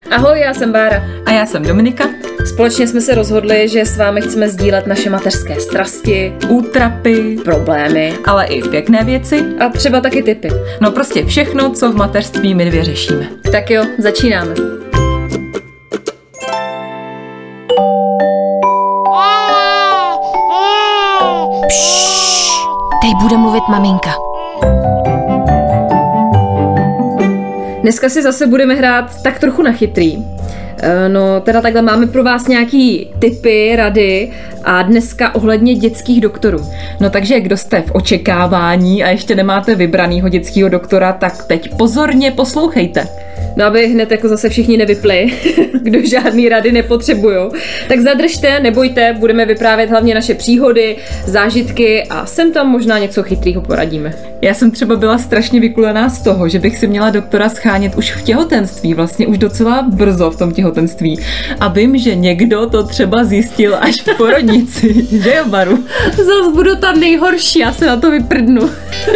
Ahoj, já jsem Bára. A já jsem Dominika. Společně jsme se rozhodli, že s vámi chceme sdílet naše mateřské strasti, útrapy, problémy, ale i pěkné věci. A třeba taky tipy. No prostě všechno, co v mateřství my dvě řešíme. Tak jo, začínáme. Teď bude mluvit maminka. Dneska si zase budeme hrát tak trochu na chytrý. No, teda takhle máme pro vás nějaký tipy, rady a dneska ohledně dětských doktorů. No takže kdo jste v očekávání a ještě nemáte vybranýho dětského doktora, tak teď pozorně poslouchejte. No, aby hned jako zase všichni nevypli, kdo žádný rady nepotřebujou. Tak zadržte, nebojte, budeme vyprávět hlavně naše příhody, zážitky a sem tam možná něco chytrýho poradíme. Já jsem třeba byla strašně vykulená z toho, že bych si měla doktora schánět už v těhotenství, vlastně už docela brzo v tom těhotenství. A vím, že někdo to třeba zjistil až v porodnici, že jo, Baru? Zas budu tam nejhorší, já se na to vyprdnu.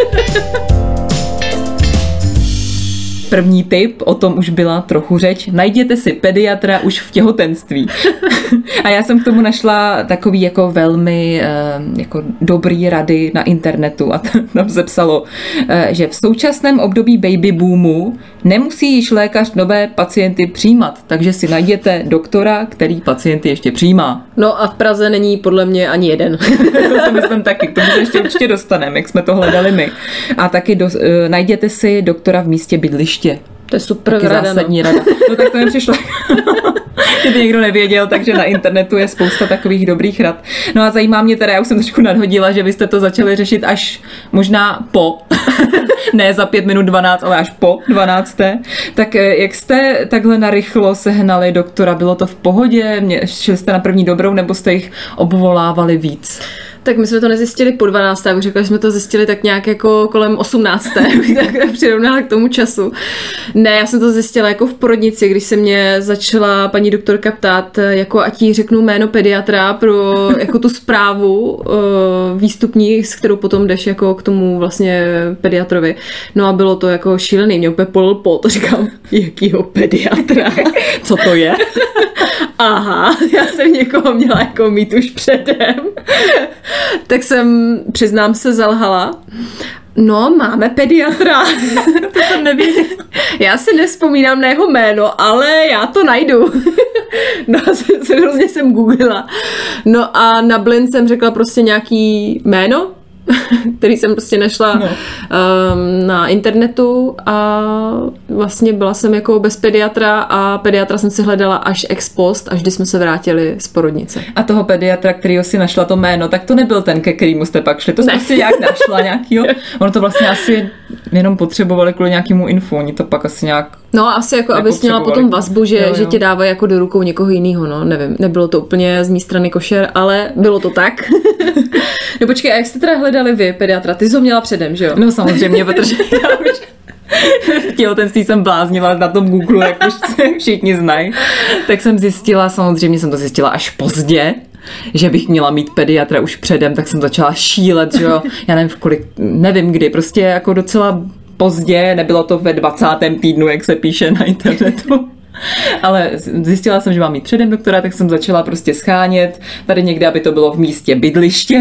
První tip, o tom už byla trochu řeč, najděte si pediatra už v těhotenství. A já jsem k tomu našla takový jako velmi jako dobrý rady na internetu a tam se psalo, že v současném období baby boomu nemusí již lékař nové pacienty přijímat, takže si najděte doktora, který pacienty ještě přijímá. No a v Praze není podle mě ani jeden. To si myslím taky, k tomu se ještě určitě dostaneme, jak jsme to hledali my. A taky najděte si doktora v místě bydliště. To je super taky rada, zásadní rada. No tak to mi přišlo. Kdyby někdo nevěděl, takže na internetu je spousta takových dobrých rad. No a zajímá mě teda, já už jsem trošku nadhodila, že vy jste to začali řešit až možná po, ne za 5 minut 12, ale až po 12. Tak jak jste takhle narychlo sehnali doktora? Bylo to v pohodě? Šli jste na první dobrou, nebo jste jich obvolávali víc? Tak my jsme to nezjistili po 12. Já bych řekla, že jsme to zjistili tak nějak jako kolem 18. bych tak přirovnala k tomu času. Ne, já jsem to zjistila jako v porodnici, když se mě začala paní doktorka ptát, jako ať jí řeknu jméno pediatra pro jako tu zprávu výstupní, s kterou potom jdeš jako k tomu vlastně pediatrovi. No a bylo to jako šílený, mě úplně polil pot, říkám, jakýho pediatra? Co to je? Aha, já jsem někoho měla jako mít už předem. Tak jsem, přiznám se, zalhala. No, máme pediatra. To jsem nevěděla. Já si nevzpomínám na jeho jméno, ale já to najdu. No a hrozně jsem googlila. No a na blind jsem řekla prostě nějaký jméno, který jsem prostě našla na internetu a vlastně byla jsem jako bez pediatra a pediatra jsem si hledala až ex post, až když jsme se vrátili z porodnice. A toho pediatra, kterýho si našla to jméno, tak to nebyl ten, ke kterému jste pak šli. To jste si nějak našla nějakýho. Ono to vlastně asi jenom potřebovali kvůli nějakému info. Oni to pak asi nějak no asi jako abys měla potom vazbu, že tě dávají jako do rukou někoho jiného, no nevím. Nebylo to úplně z mý strany košer, ale bylo to tak. No počkej, a jak jste teda hledali vy pediatra? Ty jsi ho měla předem, že jo? No samozřejmě, protože já už v těhotenství jsem bláznila na tom Google, jak už všichni znají. Tak jsem zjistila, samozřejmě jsem to zjistila až pozdě, že bych měla mít pediatra už předem, tak jsem začala šílet, že jo? Já nevím kdy, prostě jako docela pozdě, nebylo to ve 20. týdnu, jak se píše na internetu. Ale zjistila jsem, že mám mít předem doktora, tak jsem začala prostě schánět tady někde, aby to bylo v místě bydliště.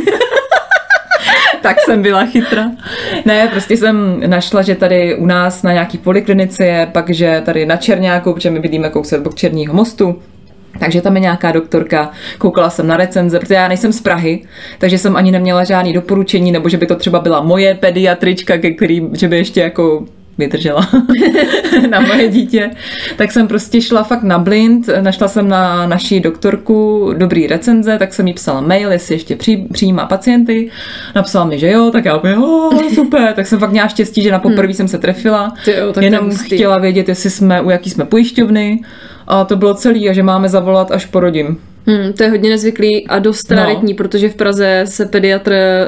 Tak jsem byla chytra. Ne, prostě jsem našla, že tady u nás na nějaký poliklinici je, pak že tady na Čerňáku, protože my bydlíme kousek od Černího mostu, takže tam je nějaká doktorka, koukala jsem na recenze, protože já nejsem z Prahy, takže jsem ani neměla žádný doporučení, nebo že by to třeba byla moje pediatrička, ke který, že by ještě jako vydržela na moje dítě. Tak jsem prostě šla fakt na blind, našla jsem na naší doktorku dobrý recenze, tak jsem jí psala mail, jestli ještě přijímá pacienty. Napsala mi, že jo, tak já úplně, super, tak jsem fakt měla štěstí, že na poprvé jsem se trefila. Jenom chtěla vědět, jestli jsme, u jaký jsme pojišťovny. A to bylo celý a že máme zavolat, až porodím. To je hodně nezvyklý a dost raritní, protože v Praze se pediatr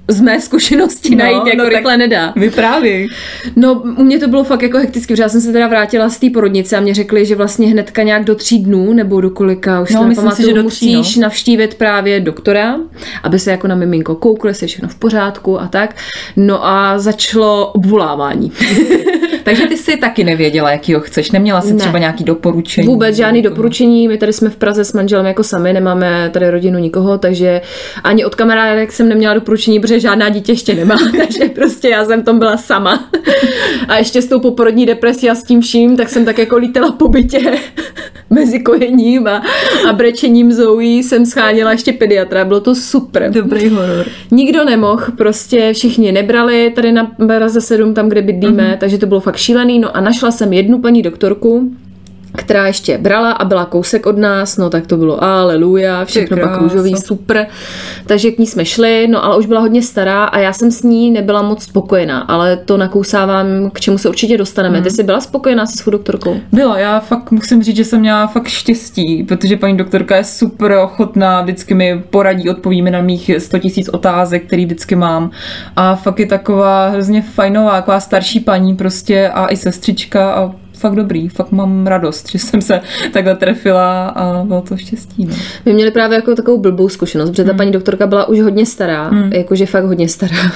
z mé zkušenosti najít jako rychle nedá. Vyprávěj. No, u mě to bylo fakt jako hekticky, protože já jsem se teda vrátila z té porodnice a mě řekli, že vlastně hnedka nějak do 3 dnů nebo do kolika, už nepamatuju, musíš navštívit právě doktora, aby se jako na miminko koukli, jestli je všechno v pořádku a tak. No a začalo obvolávání. Takže ty jsi taky nevěděla, jaký ho chceš, neměla jsi třeba nějaký doporučení? Vůbec žádný doporučení, my tady jsme v Praze s manželem jako sami, nemáme tady rodinu nikoho, takže ani od kamarádek jsem neměla doporučení, protože žádná dítě ještě nemá, takže prostě já jsem tam byla sama. A ještě s tou poporodní depresí a s tím vším, tak jsem tak jako lítala po bytě mezi kojením a brečením Zoe jsem scháněla ještě pediatra, bylo to super. Dobrý horor. Nikdo nemohl, prostě všichni nebrali tady na Praze 7, tam, kde bydlíme, takže to bylo fakt šílený. No a našla jsem jednu paní doktorku, která ještě brala a byla kousek od nás, no tak to bylo aleluja, všechno pak růžový, super. Takže k ní jsme šli, no ale už byla hodně stará a já jsem s ní nebyla moc spokojená, ale to nakousávám, k čemu se určitě dostaneme. Ty jsi byla spokojená se svou doktorkou? Byla, já fakt musím říct, že jsem měla fakt štěstí, protože paní doktorka je super ochotná, vždycky mi poradí, odpoví mi na mých 100 000 otázek, který vždycky mám a fakt je taková hrozně fajnová, taková starší paní prostě a i sestřička a fakt dobrý, fakt mám radost, že jsem se takhle trefila a bylo to štěstí. No. My měli právě jako takovou blbou zkušenost, protože ta paní doktorka byla už hodně stará, jakože fakt hodně stará.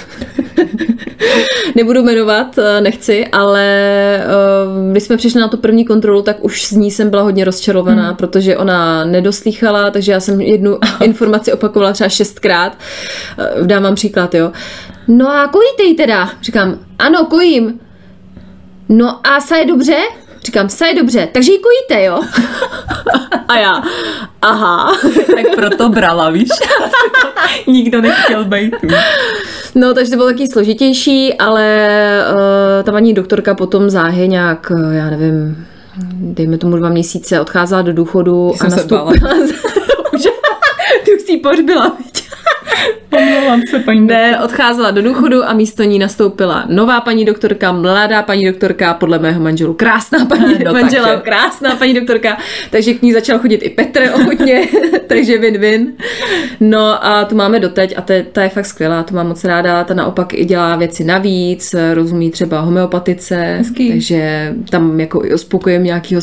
Nebudu jmenovat, nechci, ale když jsme přišli na tu první kontrolu, tak už s ní jsem byla hodně rozčarovaná, protože ona nedoslýchala, takže já jsem jednu informaci opakovala třeba 6krát. Dám příklad, jo. No a kojíte jí teda? Říkám, ano, kojím. No a sa je dobře? Říkám, sa je dobře, takže ji kojíte, jo? A já, aha. Tak proto brala, víš? Nikdo nechtěl bejt. No, takže to bylo taky složitější, ale ta paní doktorka potom záhy nějak, já nevím, dejme tomu 2 měsíce, odcházela do důchodu a nastoupila. Ty už si ji pohřbila, viď? Omlouvám se, paní Ne, odcházela do důchodu a místo ní nastoupila nová paní doktorka, mladá paní doktorka, podle mého manželu krásná paní manžela, krásná paní doktorka, takže k ní začal chodit i Petr ochotně, takže win-win. No a tu máme doteď a ta je fakt skvělá, tu mám moc ráda, ta naopak i dělá věci navíc, rozumí třeba homeopatice, takže tam jako i uspokojím nějakého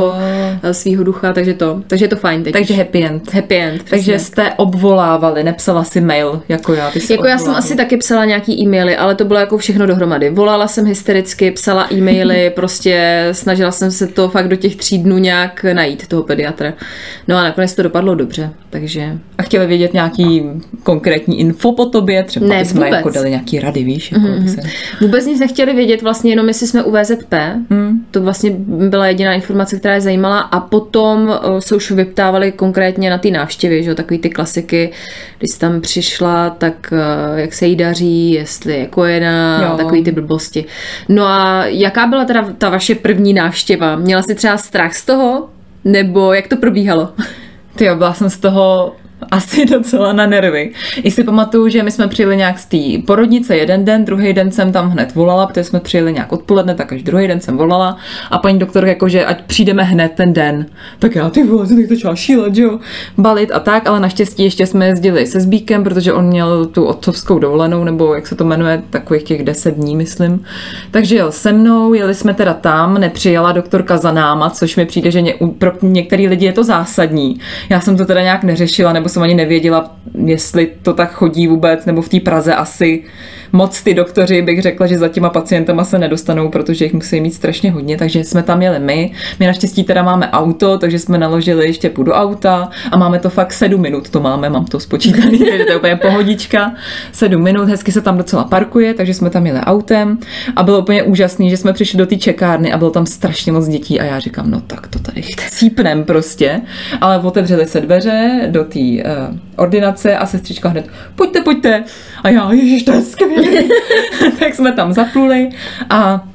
svýho ducha, takže je to fajn teď. Takže happy end. Happy end. Takže jste obvolávali, nepsala si mail jako já. Jako já jsem asi taky psala nějaký e-maily, ale to bylo jako všechno dohromady. Volala jsem hystericky, psala e-maily, prostě snažila jsem se to fakt do těch 3 dnů nějak najít, toho pediatra. No a nakonec to dopadlo dobře, takže... A chtěli vědět nějaký konkrétní info po tobě? Třeba ne, jsme jako dali nějaký rady, víš? Jako Vůbec nic nechtěli vědět, vlastně jenom jestli jsme u VZP. To vlastně byla jediná informace, která je zajímala a potom se už vyptávali konkrétně na ty návštěvy, že? Takový ty klasiky, když tam přišla, tak jak se jí daří, jestli je kojená, takový ty blbosti. No a jaká byla teda ta vaše první návštěva? Měla jsi třeba strach z toho? Nebo jak to probíhalo? Tyjo, byla jsem z toho asi docela na nervy. I si pamatuju, že my jsme přijeli nějak z té porodnice jeden den, druhý den jsem tam hned volala, protože jsme přijeli nějak odpoledne, tak až druhý den jsem volala a paní doktorka jakože ať přijdeme hned ten den. Tak já ty vole, tak začala šílet, jo, balit a tak, ale naštěstí ještě jsme jezdili se Zbíkem, protože on měl tu otcovskou dovolenou, nebo jak se to jmenuje, takových těch 10 dní, myslím. Takže jel se mnou, jeli jsme teda tam, nepřijela doktorka za náma, což mi přijde, že pro některý lidi je to zásadní. Já jsem to teda nějak neřešila, nebo jsem ani nevěděla, jestli to tak chodí vůbec, nebo v té Praze asi moc ty doktoři, bych řekla, že za těma pacientama se nedostanou, protože jich musí mít strašně hodně, takže jsme tam jeli my. My naštěstí teda máme auto, takže jsme naložili ještě půl do auta a máme to fakt 7 minut, to mám to spočítaný, takže to je úplně pohodička. 7 minut, hezky se tam docela parkuje, takže jsme tam jeli autem a bylo úplně úžasný, že jsme přišli do té čekárny a bylo tam strašně moc dětí a já říkám, no tak to tady chcípnem prostě, ale otevřely se dveře do té ordinace a sestřička hned, pojďte. A já, ježiš, to je skvělé. Tak jsme tam zapluli a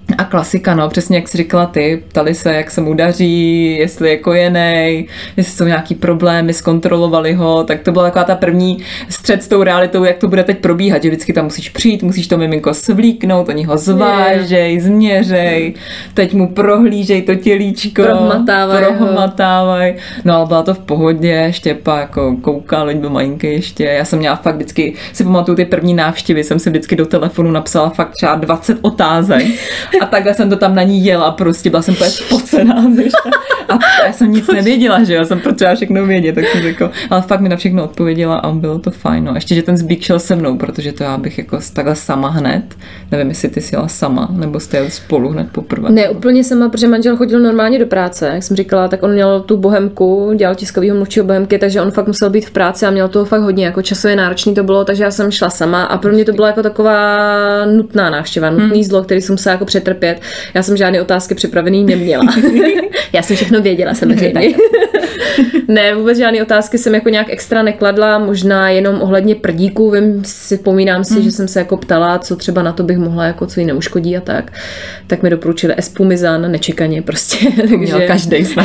A klasika, no, přesně jak jsi říkala ty, ptali se, jak se mu daří, jestli je kojenej, jestli jsou nějaký problémy, zkontrolovali ho, tak to byla taková ta první střed s tou realitou, jak to bude teď probíhat, že vždycky tam musíš přijít, musíš to miminko svlíknout, oni ho zvážej, změřej, teď mu prohlížej to tělíčko, prohmatávaj. No ale byla to v pohodě, Štěpa jako koukal, byl malinký ještě, já jsem měla fakt vždycky, si pamatuju ty první návštěvy, jsem si vždycky do telefonu napsala fakt třeba 20 otázek. A takhle jsem to tam na ní jela, prostě byla jsem úplně spocená. A já jsem nic nevěděla, že jo, jsem potřeba všechno vědět, tak jsem řekla, ale fakt mi na všechno odpověděla a bylo to fajn. No. Ještě, že ten Zbík šel se mnou, protože to já bych jako takhle sama hned, nevím, jestli ty jsi jela sama, nebo jste jeli spolu hned poprvé. Ne, úplně sama, protože manžel chodil normálně do práce, jak jsem říkala, tak on měl tu bohemku, dělal tiskovýho mluvčího bohemky, takže on fakt musel být v práci a měl toho fakt hodně, jako časově náročný to bylo, takže já jsem šla sama a pro mě to byla jako taková nutná návštěva, nutný zlo, který jsem musela jako přetrpět. Já jsem žádné otázky připravený neměla. Já jsem všechno věděla, samozřejmě. Ne, vůbec žádné otázky jsem jako nějak extra nekladla, možná jenom ohledně prdíků, vzpomínám si, že jsem se jako ptala, co třeba na to bych mohla, jako co jí neuškodí a tak mi doporučili Espumizan, nečekaně prostě. Takže každej snad.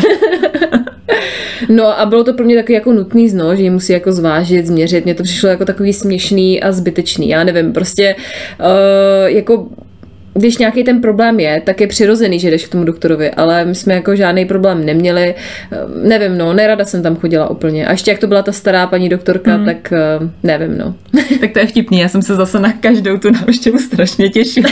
No a bylo to pro mě takový jako nutný zno, že ji musí jako zvážit, změřit. Mně to přišlo jako takový směšný a zbytečný. Já nevím, prostě jako když nějaký ten problém je, tak je přirozený, že jdeš k tomu doktorovi, ale my jsme jako žádný problém neměli. Nevím, no, nerada jsem tam chodila úplně. A ještě jak to byla ta stará paní doktorka, tak nevím, no. Tak to je vtipný, já jsem se zase na každou tu návštěvu strašně těšila.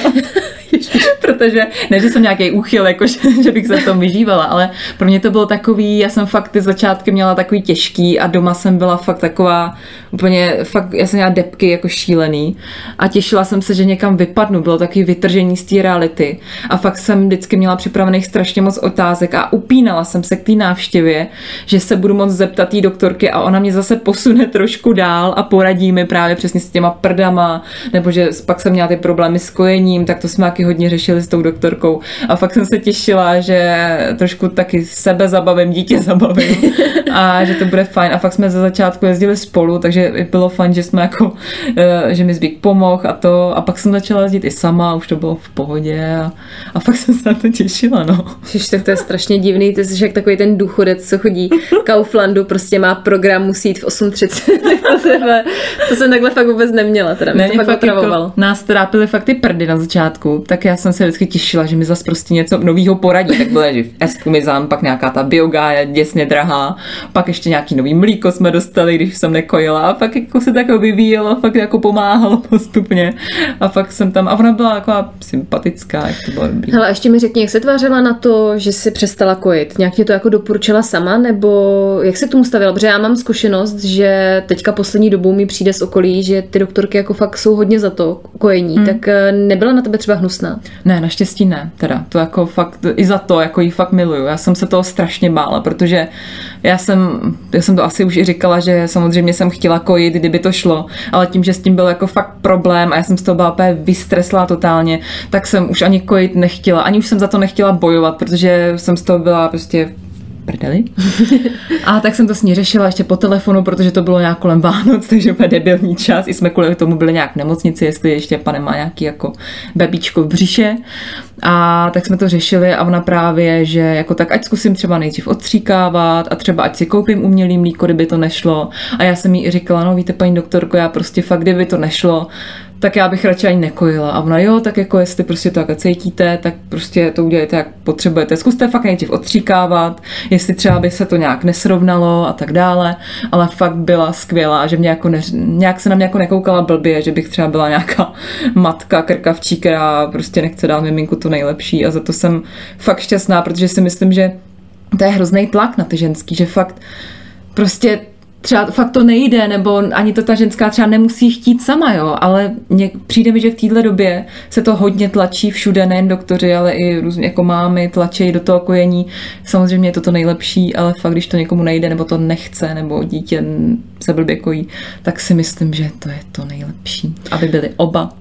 Protože, ne, že jsem nějaký úchyl, jako, že bych se v tom vyžívala, ale pro mě to bylo takový, já jsem fakt ty začátky měla takový těžký a doma jsem byla fakt taková úplně, fakt, já jsem měla depky jako šílený a těšila jsem se, že někam vypadnu, bylo takový vytržení z té reality a fakt jsem vždycky měla připravených strašně moc otázek a upínala jsem se k té návštěvě, že se budu moc zeptat té doktorky a ona mě zase posune trošku dál a poradí mi právě přesně s těma prdama, nebo že pak jsem měla ty problémy s kojením, tak to jsme taky hodně řešili s tou doktorkou a fakt jsem se těšila, že trošku taky sebe zabavím, dítě zabavím a že to bude fajn a fakt jsme ze začátku jezdili spolu, takže bylo fajn, že jsme jako, že mi Zbík pomohl a to a pak jsem začala jezdit i sama, už to bylo v pohodě a fakt jsem se na to těšila, no. Ježiš, tak to je strašně divný, ty jsi jak takový ten důchodec, co chodí Kauflandu, prostě má program, musí jít v 8:30. To jsem takhle fakt vůbec neměla, teda mě to fakt otravovalo. Jako nás trápily fakt ty prdy na začátku, tak já jsem se vždycky těšila, že mi zase prostě něco novýho poradí, tak bylo, že Espumizan, pak nějaká ta biogája děsně drahá, pak ještě nějaký nový mlíko jsme dostali, když jsem nekojila a pak jako se tak vyvíjelo, fakt jako pomáhalo postupně a pak jsem tam, a ona byla taková sympatická, jak to bylo dobrý. Hele, ještě mi řekni, jak se tvářila na to, že si přestala kojit? Nějak tě to jako doporučila sama, nebo jak se k tomu stavila? Protože já mám zkušenost, že teďka poslední dobou mi přijde z okolí, že ty doktorky jako fakt jsou hodně za to kojení, tak nebyla na tebe třeba hnusná? Ne, naštěstí ne, teda to jako fakt, i za to, jako jí fakt miluju. Já jsem se toho strašně bála, protože já jsem to asi už i říkala, že samozřejmě jsem chtěla kojit, kdyby to šlo, ale tím, že s tím byl jako fakt problém a já jsem z toho byla úplně vystresla totálně, tak jsem už ani kojit nechtěla, ani už jsem za to nechtěla bojovat, protože jsem z toho byla prostě prdeli. A tak jsem to s ní řešila ještě po telefonu, protože to bylo nějak kolem Vánoc, takže úplně debilní čas. I jsme kvůli tomu byli nějak v nemocnici, jestli ještě pane má nějaký jako bebíčko v břiše. A tak jsme to řešili a ona právě, že jako tak ať zkusím třeba nejdřív odstříkávat a třeba ať si koupím umělý mlíko, kdyby to nešlo. A já jsem jí i říkala, no víte paní doktorko, já prostě fakt, kdyby to nešlo, tak já bych radši ani nekojila. A ona, jo, tak jako jestli prostě to tak cítíte, tak prostě to udělejte, jak potřebujete. Zkuste fakt nejdřív odstříkávat, jestli třeba by se to nějak nesrovnalo a tak dále, ale fakt byla skvělá, že mě jako nějak se na mě jako nekoukala blbě, že bych třeba byla nějaká matka krkavčí, která prostě nechce dát miminku to nejlepší a za to jsem fakt šťastná, protože si myslím, že to je hrozný tlak na ty ženský, že fakt prostě třeba fakt to nejde, nebo ani to ta ženská třeba nemusí chtít sama, jo, ale přijde mi, že v téhle době se to hodně tlačí všude, nejen doktoři, ale i různě jako mámy tlačí do toho kojení. Samozřejmě je to nejlepší, ale fakt, když to někomu nejde, nebo to nechce, nebo dítě se blbě kojí, tak si myslím, že to je to nejlepší, aby byli oba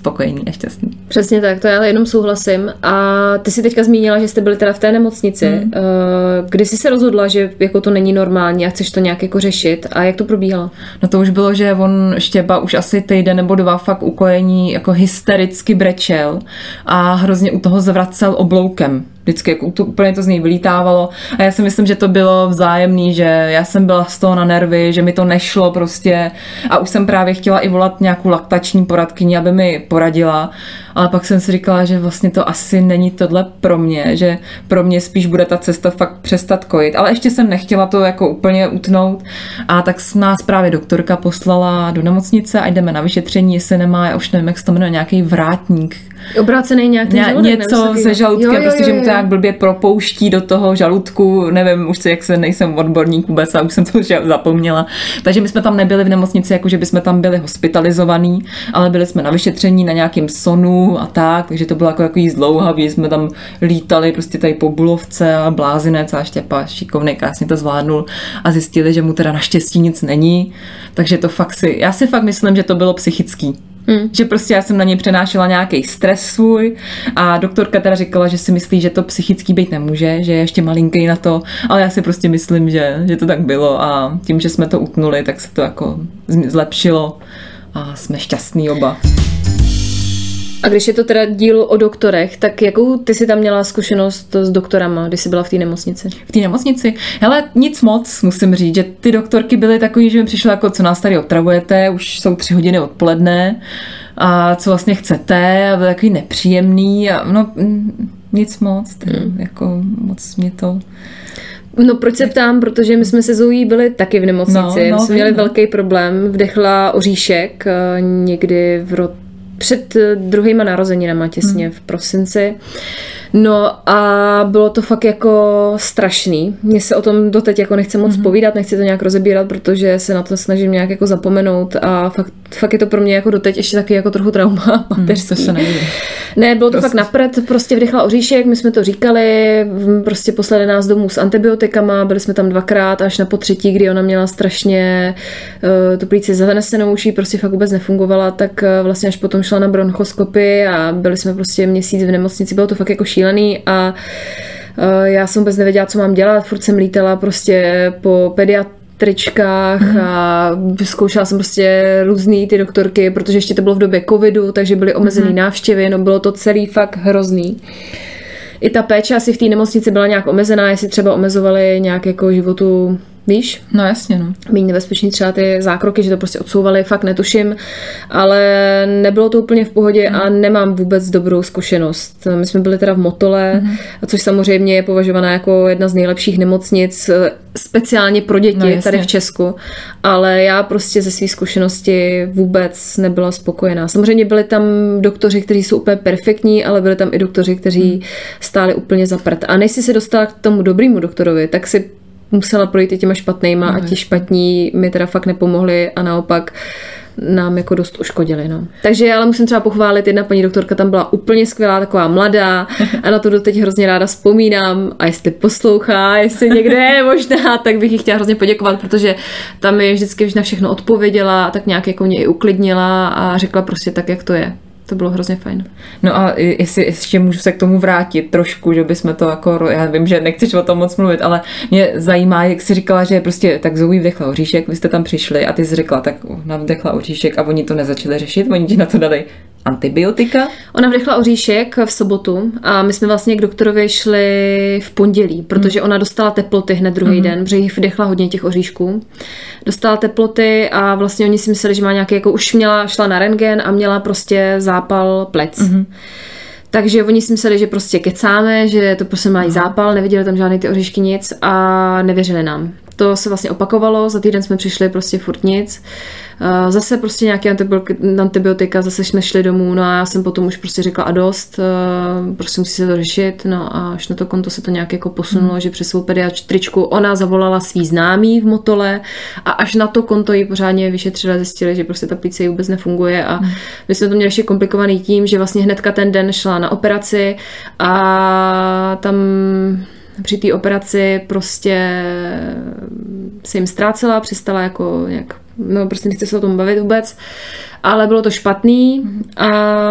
spokojený a šťastný. Přesně tak, to já jenom souhlasím. A ty si teďka zmínila, že jste byli teda v té nemocnici. Kdy jsi se rozhodla, že jako to není normální a chceš to nějak jako řešit a jak to probíhalo? No to už bylo, že on Štěpa už asi týden nebo 2 fakt ukojení jako hystericky brečel a hrozně u toho zvracel obloukem. Vždycky jako úplně to z něj vylítávalo a já si myslím, že to bylo vzájemný, že já jsem byla z toho na nervy, že mi to nešlo prostě a už jsem právě chtěla i volat nějakou laktační poradkyni, aby mi poradila, ale pak jsem si říkala, že vlastně to asi není tohle pro mě, že pro mě spíš bude ta cesta fakt přestat kojit, ale ještě jsem nechtěla to jako úplně utnout a tak nás právě doktorka poslala do nemocnice a jdeme na vyšetření, jestli nemá, já už nevím, jak se to jmenuje, nějaký vrátník. Obrácený nějak ten žaludek, něco se žaludkem, prostě, že mu to nějak blbě propouští do toho žaludku, nevím, už jak se nejsem odborník vůbec a už jsem to zapomněla. Takže my jsme tam nebyli v nemocnici, jako že bychom tam byli hospitalizovaní, ale byli jsme na vyšetření, na nějakém sonu a tak, takže to bylo jako zdlouhavý, jsme tam lítali prostě tady po Bulovce a blázinec a Štěpa šikovnej krásně to zvládnul a zjistili, že mu teda naštěstí nic není, takže to fakt já si fakt myslím, že to bylo psychický. Že prostě já jsem na něj přenášela nějaký stres svůj a doktorka teda říkala, že si myslí, že to psychický být nemůže, že je ještě malinký na to, ale já si prostě myslím, že to tak bylo a tím, že jsme to utnuli, tak se to jako zlepšilo a jsme šťastní oba. A když je to teda díl o doktorech, tak jakou ty si tam měla zkušenost s doktorama, když jsi byla v té nemocnici? V té nemocnici? Hele, nic moc, musím říct, že ty doktorky byly takový, že mi přišlo jako, co nás tady otravujete, už jsou 3 hodiny odpoledne a co vlastně chcete a byl takový nepříjemný a no nic moc, jako moc mě to... No proč se ptám, protože my jsme se Zoí byli taky v nemocnici, my jsme měli velký problém, vdechla oříšek někdy před 2. narozeninama těsně v prosinci. No a bylo to fakt jako strašný. Mně se o tom doteď jako nechce moc povídat, nechci to nějak rozebírat, protože se na to snažím nějak jako zapomenout a fakt je to pro mě jako doteď ještě taky jako trochu trauma mateřský. To se neví. Ne, bylo to fakt napřed, prostě vdechla oříšek, my jsme to říkali, prostě poslali nás domů s antibiotikama, byli jsme tam 2krát až na potřetí, kdy ona měla strašně tu plíci zanesenou, už jí prostě fakt vůbec nefungovala, tak vlastně až potom šla na bronchoskopii a byli jsme prostě měsíc v nemocnici, bylo to fakt jako šílený a já jsem vůbec nevěděla, co mám dělat, furt jsem lítala prostě po pediatričkách a zkoušela jsem prostě různý ty doktorky, protože ještě to bylo v době covidu, takže byly omezený návštěvy, no bylo to celý fakt hrozný. I ta péče asi v té nemocnici byla nějak omezená, jestli třeba omezovali nějak jako životu, víš? No jasně, no. Méně nebezpečný třeba ty zákroky, že to prostě odsouvali, fakt netuším, ale nebylo to úplně v pohodě a nemám vůbec dobrou zkušenost. My jsme byli teda v Motole, což samozřejmě je považovaná jako jedna z nejlepších nemocnic, speciálně pro děti tady v Česku, ale já prostě ze své zkušenosti vůbec nebyla spokojená. Samozřejmě byli tam doktoři, kteří jsou úplně perfektní, ale byli tam i doktoři, kteří stáli úplně za prd. A než si se dostala k tomu dobrému doktorovi, tak si musela projít i těma špatnejma a ti špatní mi teda fakt nepomohli a naopak nám jako dost uškodili. No. Takže ale musím třeba pochválit, jedna paní doktorka tam byla úplně skvělá, taková mladá a na to doteď hrozně ráda vzpomínám a jestli poslouchá, jestli někde je možná, tak bych jí chtěla hrozně poděkovat, protože tam mi vždycky na všechno odpověděla a tak nějak jako mě i uklidnila a řekla prostě tak, jak to je. To bylo hrozně fajn. No a jestli ještě můžu se k tomu vrátit trošku, že bychom to jako, já vím, že nechceš o tom moc mluvit, ale mě zajímá, jak jsi říkala, že prostě tak Zoe vdechla oříšek, vy jste tam přišli a ty jsi řekla, tak ona vdechla oříšek a oni to nezačali řešit, oni ti na to dali antibiotika? Ona vdechla oříšek v sobotu a my jsme vlastně k doktorovi šli v pondělí, protože ona dostala teploty hned druhý den, protože jí vdechla hodně těch oříšků. Dostala teploty a vlastně oni si mysleli, že má nějaký, jako už šla na rentgen a měla prostě zápal plec. Takže oni si mysleli, že prostě kecáme, že to prostě má zápal, neviděli tam žádný ty oříšky, nic a nevěřili nám. To se vlastně opakovalo, za týden jsme přišli prostě furt nic. Zase prostě nějaké antibiotika, zase jsme šli domů, no a já jsem potom už prostě řekla a dost, prostě musí se to řešit, no a až na to konto se to nějak jako posunulo, že přes svou pediatričku ona zavolala svý známý v Motole a až na to konto ji pořádně vyšetřila, zjistili, že prostě ta plíce jí vůbec nefunguje a my jsme to měli ještě komplikovaný tím, že vlastně hnedka ten den šla na operaci a tam při té operaci prostě se jim ztrácela, přestala jako nějak no prostě nechci se o tom bavit vůbec, ale bylo to špatný a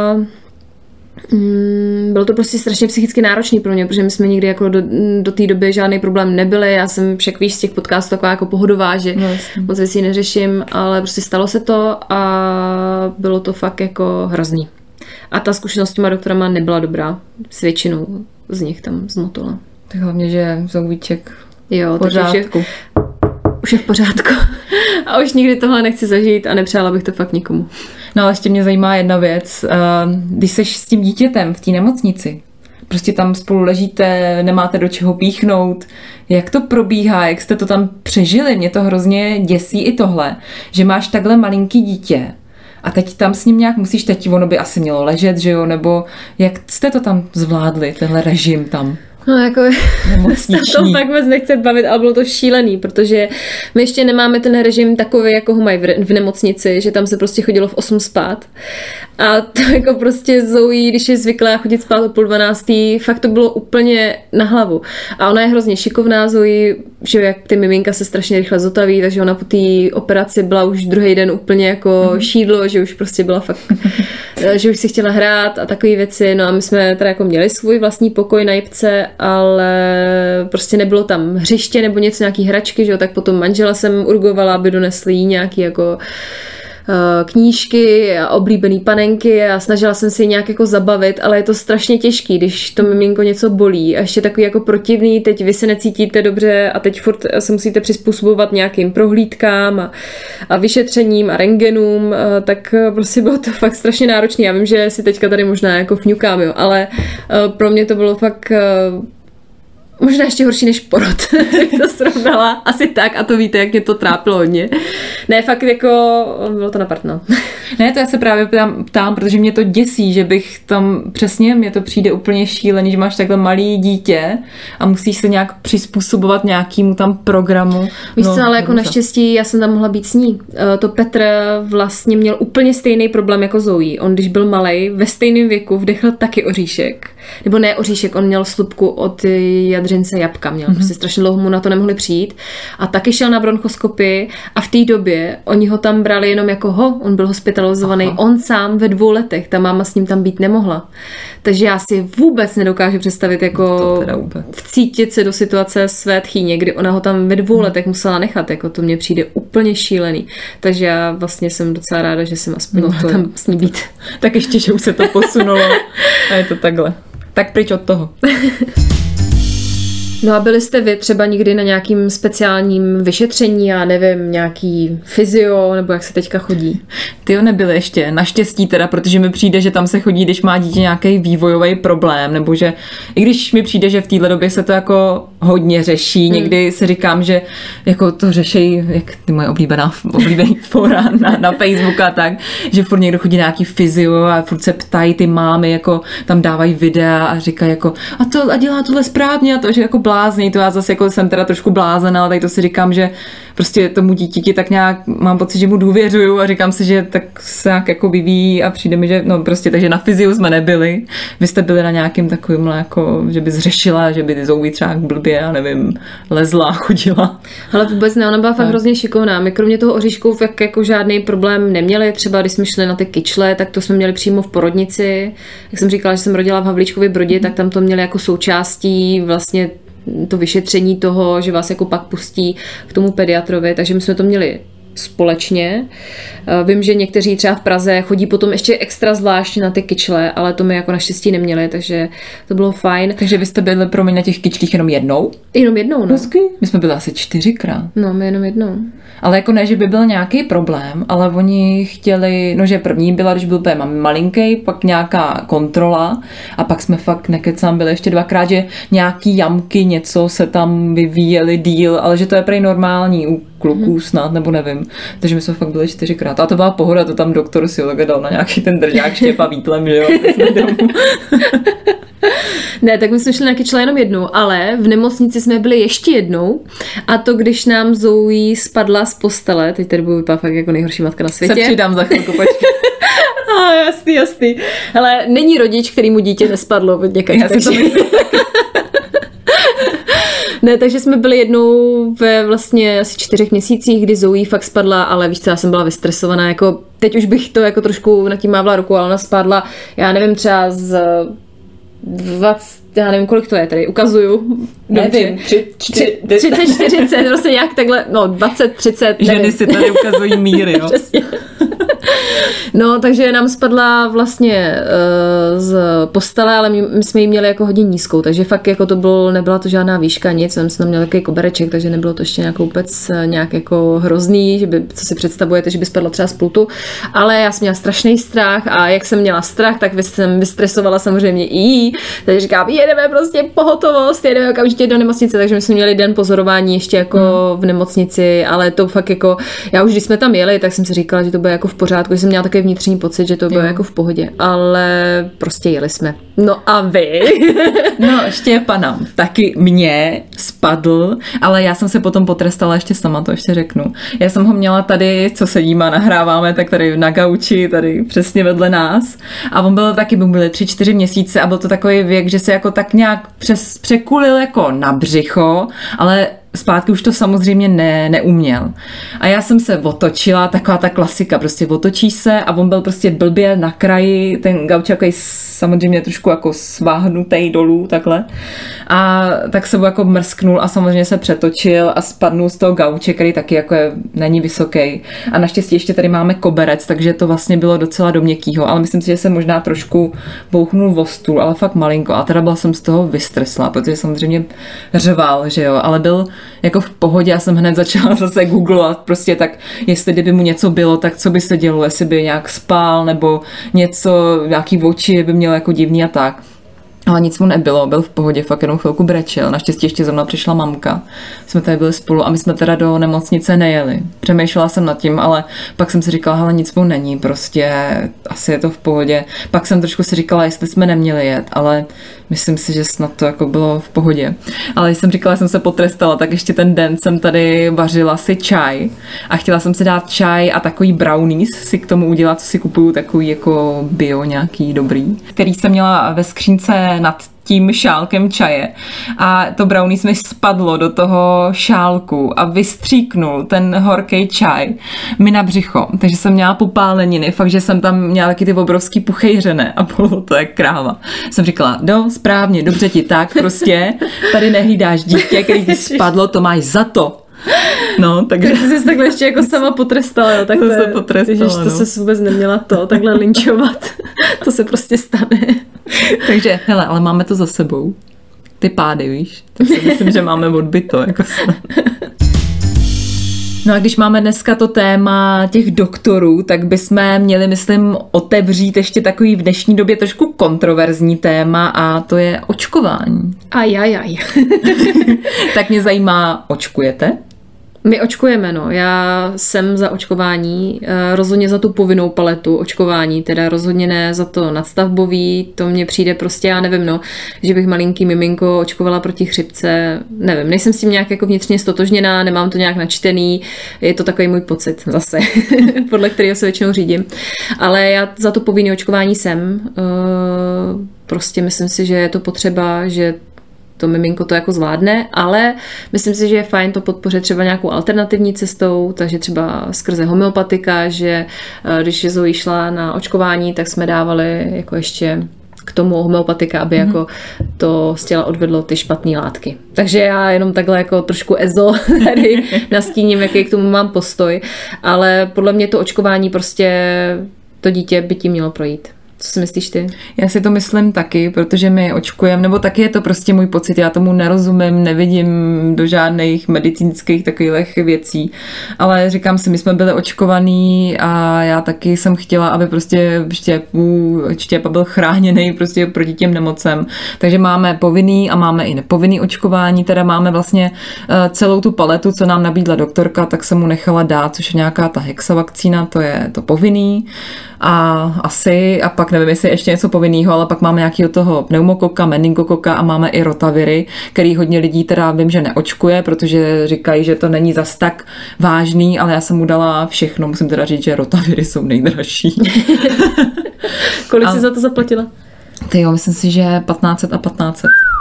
bylo to prostě strašně psychicky náročný pro mě, protože my jsme nikdy jako do té doby žádný problém nebyli, já jsem však víš z těch podcastů taková jako pohodová, že moc věcí neřeším, ale prostě stalo se to a bylo to fakt jako hrozný. A ta zkušenost s těma doktorama nebyla dobrá, s většinou z nich tam zmotala. Tak hlavně, že Zouvíček v pořádku. Už je v pořádku. A už nikdy tohle nechci zažít a nepřála bych to fakt nikomu. No ale ještě mě zajímá jedna věc. Když seš s tím dítětem v té nemocnici, prostě tam spolu ležíte, nemáte do čeho píchnout, jak to probíhá, jak jste to tam přežili? Mě to hrozně děsí i tohle, že máš takhle malinký dítě a teď tam s ním nějak musíš, teď ono by asi mělo ležet, že jo, nebo jak jste to tam zvládli, tenhle režim tam? No jako nemocniční. To fakt vůbec nechci bavit, ale bylo to šílený, protože my ještě nemáme ten režim takový, jako ho mají v nemocnici, že tam se prostě chodilo v 8 spát. A to jako prostě Zoe, když je zvyklá chodit spát o 11:30, fakt to bylo úplně na hlavu. A ona je hrozně šikovná, Zoe, že jak ty miminka se strašně rychle zotaví, takže ona po té operaci byla už druhý den úplně jako šídlo, že už prostě byla fakt, že už si chtěla hrát a takové věci. No a my jsme teda jako měli svůj vlastní pokoj na jipce, ale prostě nebylo tam hřiště nebo něco, nějaký hračky, že jo, tak potom manžela jsem urgovala, aby donesli jí nějaký jako knížky a oblíbený panenky a snažila jsem si nějak jako zabavit, ale je to strašně těžký, když to miminko něco bolí a ještě takový jako protivný, teď vy se necítíte dobře a teď furt se musíte přizpůsobovat nějakým prohlídkám a vyšetřením a rentgenům, tak prostě bylo to fakt strašně náročný. Já vím, že si teďka tady možná jako fňukám, jo, ale pro mě to bylo fakt možná ještě horší než porod, jak to srovnala. Asi tak a to víte, jak mě to trápilo hodně. Ne, fakt jako bylo to na partno. Ne, to já se právě ptám, protože mě to děsí, že bych tam přesně, mně to přijde úplně šílený, že máš takhle malý dítě a musíš se nějak přizpůsobovat nějakému tam programu. Víš co, ale jako naštěstí já jsem tam mohla být s ní. To Petr vlastně měl úplně stejný problém jako Zoe. On, když byl malej, ve stejném věku vdechl taky oříšek. Nebo ne oříšek, on měl slupku od jadřince jabka, měl prostě strašně dlouho, mu na to nemohli přijít a taky šel na bronchoskopii a v té době oni ho tam brali jenom jako on byl hospitalizovaný, on sám ve 2 letech, ta máma s ním tam být nemohla. Takže já si vůbec nedokážu představit jako vcítit se do situace své tchýně, kdy ona ho tam ve 2 letech musela nechat, jako to mně přijde úplně šílený. Takže já vlastně jsem docela ráda, že jsem aspoň tam s ní být. Tak ještě, že už se to posunulo a je to takhle. Tak pryč od toho. No a byli jste vy třeba někdy na nějakým speciálním vyšetření, já nevím, nějaký fyzio, nebo jak se teďka chodí? Tyjo, nebyly ještě, naštěstí teda, protože mi přijde, že tam se chodí, když má dítě nějaký vývojový problém, nebo že, i když mi přijde, že v téhle době se to jako hodně řeší, někdy si říkám, že jako to řeší, jak ty moje oblíbený fora na Facebooku a tak, že furt někdo chodí nějaký fyzio a furt se ptají ty mámy, jako tam dávají videa a říkají jako a dělá tohle správně a to, že jako blázný, to já zase jako jsem teda trošku blázená, ale tak to si říkám, že prostě tomu dítěti tak nějak mám pocit, že mu důvěřuju a říkám si, že tak se nějak jako vyvíjí a přijde mi, že no prostě takže na fyziu jsme nebyli. Vy jste byli na nějakým takovým jako, že bys řešila, že by Zoe třeba blbě, já nevím, lezla, chodila. Ale vůbec ne, ona byla fakt hrozně šikovná. My kromě toho oříšku jako žádný problém neměli. Třeba když jsme šli na ty kyčle, tak to jsme měli přímo v porodnici. Jak jsem říkala, že jsem rodila v Havlíčkově Brodě, tak tam to měli jako součástí vlastně to vyšetření toho, že vás jako pak pustí k tomu pediatrovi, takže my jsme to měli společně. Vím, že někteří třeba v Praze chodí potom ještě extra zvlášť na ty kyčle, ale to my jako naštěstí neměli, takže to bylo fajn. Takže vy jste byli pro mě na těch kyčlích jenom jednou? Jenom jednou, no. Hezky. My jsme byli asi 4krát. No, my jenom jednou. Ale jako ne, že by byl nějaký problém, ale oni chtěli, no že první byla, když byl malinký, pak nějaká kontrola a pak jsme fakt nekecám byli ještě 2krát, že nějaký jamky, něco se tam vyvíjeli díl, ale že to je prej normální u kluků snad, nebo nevím. Takže my jsme fakt byli 4krát. A to byla pohoda, to tam doktor si dal na nějaký ten držák štěpa vítlem, že jo. Ne, tak my jsme šli na kyčle jenom jednou, ale v nemocnici jsme byli ještě jednou a to, když nám Zoe spadla z postele, teď tady budu vypadat fakt jako nejhorší matka na světě. Se přidám za chvilku, počkej. Jasný. Hele, není rodič, který mu dítě nespadlo od někač. Ne, takže jsme byli jednou ve vlastně asi 4 měsících, kdy Zoe fakt spadla, ale víš co, já jsem byla vystresovaná, jako teď už bych to jako trošku nad tím mávla ruku, ale ona spadla, já nevím, třeba z 20, já nevím, kolik to je tady, ukazuju. Nevím, 30, 40, prostě nějak takhle, no 20, 30, nevím. Ženy si tady ukazují míry, jo. Přesně. No, takže nám spadla vlastně z postele, ale my jsme ji měli jako hodně nízkou, takže fakt jako to bylo, nebyla to žádná výška, nic, jsem tam měl takový kobereček, takže nebylo to ještě nějak vůbec nějak jako hrozný, že by, co si představujete, že by spadla třeba z pultu, ale já jsem měla strašný strach a jak jsem měla strach, tak jsem vystresovala samozřejmě i jí, takže říkám, jedeme prostě pohotovost, jedeme okamžitě do nemocnice, takže my jsme měli den pozorování ještě jako v nemocnici, ale to fakt jako, já už když jsme tam jeli, tak jsem si říkala, že to bude jako v pořádku, že jsem měla takový vnitřní pocit, že to bylo jako v pohodě, ale prostě jeli jsme. No a vy? No, Štěpana taky mě spadl, ale já jsem se potom potrestala ještě sama, to ještě řeknu. Já jsem ho měla tady, co sedíme a nahráváme, tak tady na gauči, tady přesně vedle nás. A on byl taky, byly 3-4 měsíce a byl to takový věk, že se jako tak nějak překulil jako na břicho, ale zpátky už to samozřejmě neuměl. A já jsem se otočila, taková ta klasika, prostě otočí se a on byl prostě blbě na kraji, ten gauč jako samozřejmě trošku jako sváhnutej dolů, takhle. A tak se jako mrsknul a samozřejmě se přetočil a spadnul z toho gauče, který taky jako není vysoký. A naštěstí ještě tady máme koberec, takže to vlastně bylo docela do měkkýho, ale myslím si, že se možná trošku bouchnul o stůl, ale fakt malinko. A teda byla jsem z toho vystresla, protože samozřejmě řval, že jo, ale byl jako v pohodě, já jsem hned začala zase googlovat prostě tak, jestli kdyby mu něco bylo, tak co by se dělo, jestli by nějak spal nebo něco, nějaký oči by měl jako divný a tak. Ale nic mu nebylo, byl v pohodě, fakt jenom chvilku brečel. Naštěstí ještě za mnou přišla mamka. Jsme tady byli spolu a my jsme teda do nemocnice nejeli. Přemýšlela jsem nad tím, ale pak jsem si říkala, hele, nic mu není, prostě asi je to v pohodě. Pak jsem trošku si říkala, jestli jsme neměli jet, ale myslím si, že snad to jako bylo v pohodě. Ale když jsem říkala, že jsem se potrestala, tak ještě ten den jsem tady vařila si čaj a chtěla jsem si dát čaj a takový brownies si k tomu udělat, co si kupuju, takový jako bio nějaký dobrý, který jsem měla ve skřínce nad tím šálkem čaje a to brownies mi spadlo do toho šálku a vystříknul ten horký čaj mi na břicho, takže jsem měla popáleniny, fakt, že jsem tam měla taky ty obrovský puchejřené a bylo to jak kráva. Jsem říkala, správně, dobře ti tak, prostě tady nehlídáš dítě, který ti spadlo, to máš za to. No, takže ty jsi takhle ještě jako sama potrestala, jo, tak to se potrestala, ježiš, to se vůbec neměla takhle linčovat. To se prostě stane. Takže, hele, ale máme to za sebou. Ty pády, víš? Tak si myslím, že máme odbyto, jako snad. No a když máme dneska to téma těch doktorů, tak bychom měli, myslím, otevřít ještě takový v dnešní době trošku kontroverzní téma a to je očkování. Ajajaj. Tak mě zajímá, očkujete? My očkujeme, no. Já jsem za očkování, rozhodně za tu povinnou paletu očkování, teda rozhodně ne za to nadstavbový, to mně přijde prostě, já nevím, no, že bych malinký miminko očkovala proti chřipce, nevím, nejsem s tím nějak jako vnitřně stotožněná, nemám to nějak načtený, je to takový můj pocit zase, podle kterého se většinou řídím, ale já za to povinné očkování jsem, prostě myslím si, že je to potřeba, že to miminko to jako zvládne, ale myslím si, že je fajn to podpořit třeba nějakou alternativní cestou, takže třeba skrze homeopatika, že když Zoe šla na očkování, tak jsme dávali jako ještě k tomu homeopatika, aby jako to z těla odvedlo ty špatné látky. Takže já jenom takhle jako trošku ezo tady nastíním, jaký k tomu mám postoj, ale podle mě to očkování prostě to dítě by tím mělo projít. Co si myslíš ty? Já si to myslím taky, protože my očkujeme, nebo taky je to prostě můj pocit, já tomu nerozumím, nevidím do žádných medicínských takových věcí, ale říkám si, my jsme byli očkovaný a já taky jsem chtěla, aby prostě Štěpa byl chráněný prostě proti těm nemocem, takže máme povinný a máme i nepovinný očkování, teda máme vlastně celou tu paletu, co nám nabídla doktorka, tak jsem mu nechala dát, což je nějaká ta hexavakcína, to je to povinný a pak nevím, jestli ještě něco povinného, ale pak máme nějakého toho pneumokoka, meningokoka a máme i rotaviry, který hodně lidí teda vím, že neočkuje, protože říkají, že to není zas tak vážný, ale já jsem mu dala všechno, musím teda říct, že rotaviry jsou nejdražší. Kolik jsi za to zaplatila? Ty jo, myslím si, že 1500 a 1500.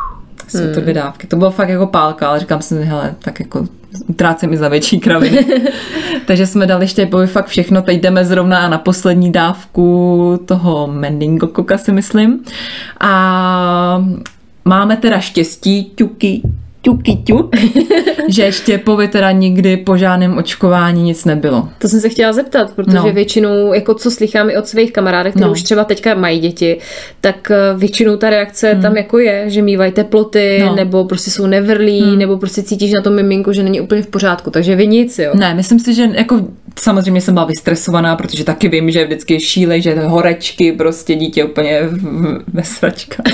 Jsou to 2 dávky. To bylo fakt jako pálka, ale říkám si, hele, tak jako utrácím i za větší kraviny. Takže jsme dali Štěpovi fakt všechno. Teď jdeme zrovna na poslední dávku toho meningokoka, si myslím. A máme teda štěstí, ťuk, že Štěpovi teda nikdy po žádném očkování nic nebylo. To jsem se chtěla zeptat, protože většinou, jako co slychám i od svých kamarádek, kteří už třeba teďka mají děti, tak většinou ta reakce tam jako je, že mývají teploty, nebo prostě jsou nevrlí, nebo prostě cítíš na tom miminku, že není úplně v pořádku, takže vy nic, jo? Ne, myslím si, že jako samozřejmě jsem byla vystresovaná, protože taky vím, že vždycky šílej, že horečky, prostě dítě úplně ve sračkách.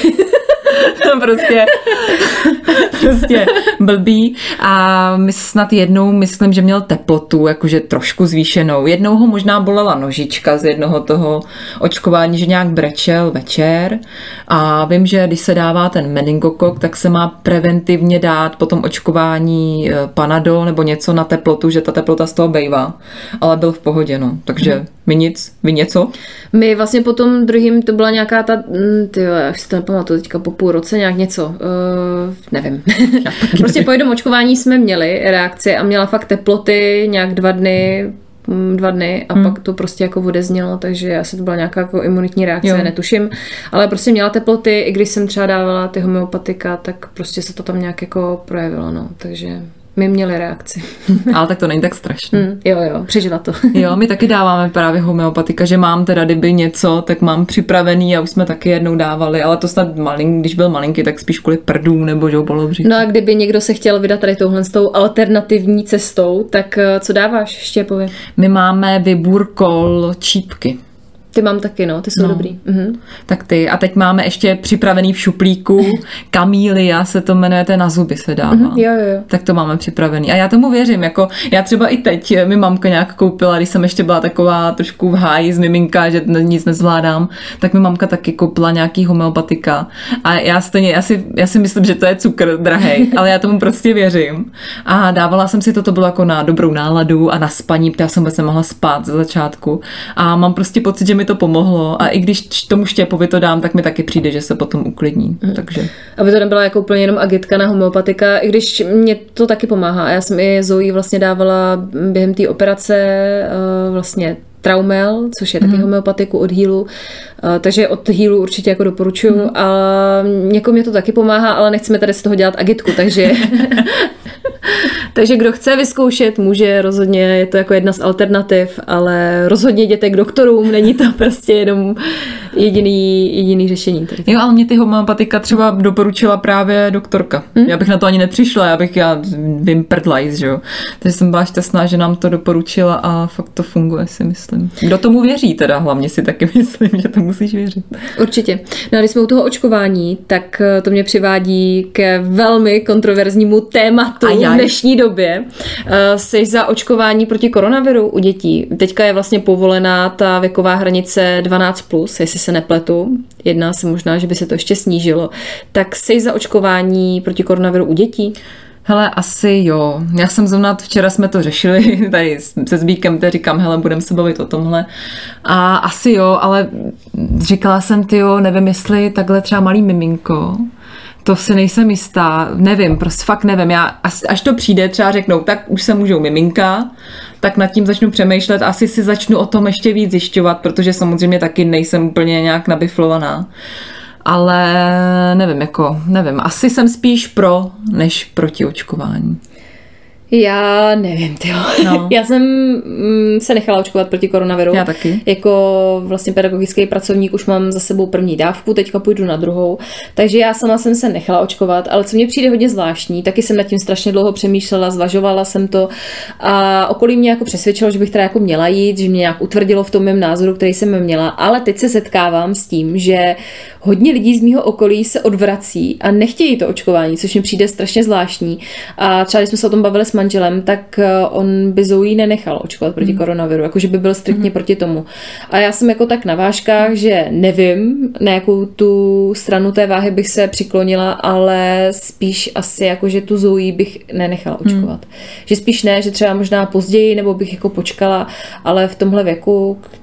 prostě blbý a my snad jednou, myslím, že měl teplotu, jakože trošku zvýšenou. Jednou ho možná bolela nožička z jednoho toho očkování, že nějak brečel večer a vím, že když se dává ten meningokok, tak se má preventivně dát po tom očkování Panadol nebo něco na teplotu, že ta teplota z toho bejvá, ale byl v pohodě, no. Takže my nic, vy něco? My vlastně po tom druhým, to byla nějaká ta, já si to nepamatuju teďka po půl roce, nějak něco, nevím. Prostě po jednom očkování jsme měli reakci a měla fakt teploty nějak 2 dny a pak to prostě jako odeznělo, takže asi to byla nějaká jako imunitní reakce, netuším, ale prostě měla teploty, i když jsem třeba dávala ty homeopatika, tak prostě se to tam nějak jako projevilo, no, takže my měli reakci. Ale tak to není tak strašné. Jo, přežila to. Jo, my taky dáváme právě homeopatika, že mám teda, kdyby něco, tak mám připravený a už jsme taky jednou dávali, ale to snad když byl malinký, tak spíš kvůli prdů nebo že ho bolelo břicho. No a kdyby někdo se chtěl vydat tady touhle s tou alternativní cestou, tak co dáváš Štěpovi? My máme Viburkol čípky. Ty mám taky, no, ty jsou dobrý. Tak ty. A teď máme ještě připravený v šuplíku Kamília se to jmenuje, to na zuby se dává. Jo. Tak to máme připravený. A já tomu věřím, jako já třeba i teď mi mamka nějak koupila, když jsem ještě byla taková trošku v háji z miminka, že nic nezvládám, tak mi mamka taky koupila nějaký homeopatika. A já si myslím, že to je cukr drahej, ale já tomu prostě věřím. A dávala jsem si to bylo jako na dobrou náladu a na spaní, protože já jsem vůbec nemohla spát ze začátku. A mám prostě pocit, že mi to pomohlo a i když tomu Štěpovi to dám, tak mi taky přijde, že se potom uklidní. Takže. Aby to nebyla jako úplně jenom agitka na homeopatika, i když mě to taky pomáhá. Já jsem i Zoe vlastně dávala během té operace vlastně Traumel, což je taky homeopatiku od Healu, takže od Healu určitě jako doporučuju a někomu mě to taky pomáhá, ale nechceme tady z toho dělat agitku, takže takže kdo chce vyzkoušet, může rozhodně, je to jako jedna z alternativ, ale rozhodně jděte k doktorům, není to prostě jenom jediný řešení. Tady. Jo, ale mě ty homeopatika třeba doporučila právě doktorka. Já bych na to ani nepřišla, já vím prdlajs, že jo. Takže jsem byla šťastná, že nám to doporučila a fakt to funguje, si myslím. Kdo tomu věří teda, hlavně si taky myslím, že to musíš věřit. Určitě. No a když jsme u toho očkování, tak to mě přivádí ke velmi kontroverznímu tématu v dnešní době. Jsi za očkování proti koronaviru u dětí. Teďka je vlastně povolená ta věková hranice 12+, jestli se nepletu. Jedná se možná, že by se to ještě snížilo. Tak jsi za očkování proti koronaviru u dětí? Hele, asi jo. Já jsem zrovna, včera jsme to řešili tady se Zbíkem, teď říkám, hele, budeme se bavit o tomhle. A asi jo, ale říkala jsem, nevím, jestli takhle třeba malý miminko, to si nejsem jistá, nevím, prostě fakt nevím. Já, až to přijde, třeba řeknou, tak už se můžou miminka, tak nad tím začnu přemýšlet, asi si začnu o tom ještě víc zjišťovat, protože samozřejmě taky nejsem úplně nějak nabiflovaná. Ale nevím, asi jsem spíš pro, než proti očkování. Já nevím, no. Já jsem se nechala očkovat proti koronaviru. Já taky. Jako vlastně pedagogický pracovník už mám za sebou první dávku, teďka půjdu na druhou. Takže já sama jsem se nechala očkovat, ale co mě přijde hodně zvláštní, taky jsem nad tím strašně dlouho přemýšlela, zvažovala jsem to a okolí mě jako přesvědčilo, že bych teda jako měla jít, že mě nějak utvrdilo v tom mém názoru, který jsem měla, ale teď se setkávám s tím, že hodně lidí z mýho okolí se odvrací a nechtějí to očkování, což mi přijde strašně zvláštní. A třeba když jsme se o tom bavili s manželem, tak on by Zoe nenechal očkovat proti koronaviru, jakože by byl striktně proti tomu. A já jsem jako tak na vážkách, že nevím, na jakou tu stranu té váhy bych se přiklonila, ale spíš asi jakože tu Zoe bych nenechala očkovat. Že spíš ne, že třeba možná později, nebo bych jako počkala, ale v tomhle věku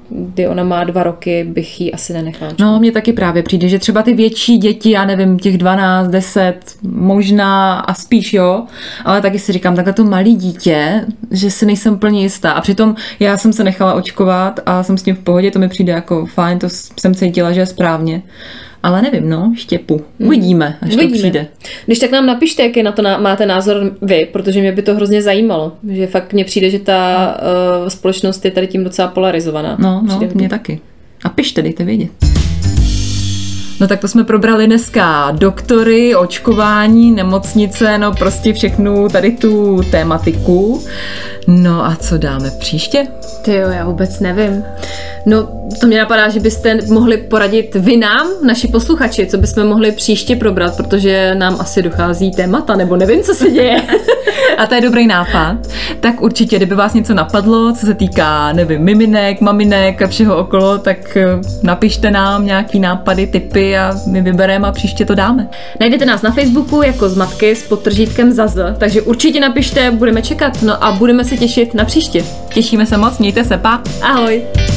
kdy ona má 2 roky, bych jí asi nenechala. No, mně taky právě přijde, že třeba ty větší děti, já nevím, těch 12, 10, možná a spíš jo, ale taky si říkám, takhle to malý dítě, že si nejsem plně jistá. A přitom já jsem se nechala očkovat a jsem s tím v pohodě, to mi přijde jako fajn, to jsem cítila, že je správně. Ale nevím, no, štěpu. Uvidíme, až to přijde. Když tak nám napište, jaký na to máte názor vy, protože mě by to hrozně zajímalo. Že fakt mně přijde, že ta společnost je tady tím docela polarizovaná. No, mě taky. A pište, dejte vědět. No tak to jsme probrali dneska doktory, očkování, nemocnice, no prostě všechnu tady tu tématiku. No a co dáme příště? Tyjo, já vůbec nevím. No, to mě napadá, že byste mohli poradit vy nám, naši posluchači, co bychom mohli příště probrat, protože nám asi dochází témata, nebo nevím, co se děje. A to je dobrý nápad. Tak určitě, kdyby vás něco napadlo, co se týká, nevím, miminek, maminek a všeho okolo, tak napište nám nějaký nápady, tipy a my vybereme a příště to dáme. Najdete nás na Facebooku jako Zmatky s podtržítkem ZAZ, takže určitě napište, budeme čekat, no a budeme se těšit na příště. Těšíme se moc, mějte se, pa. Ahoj.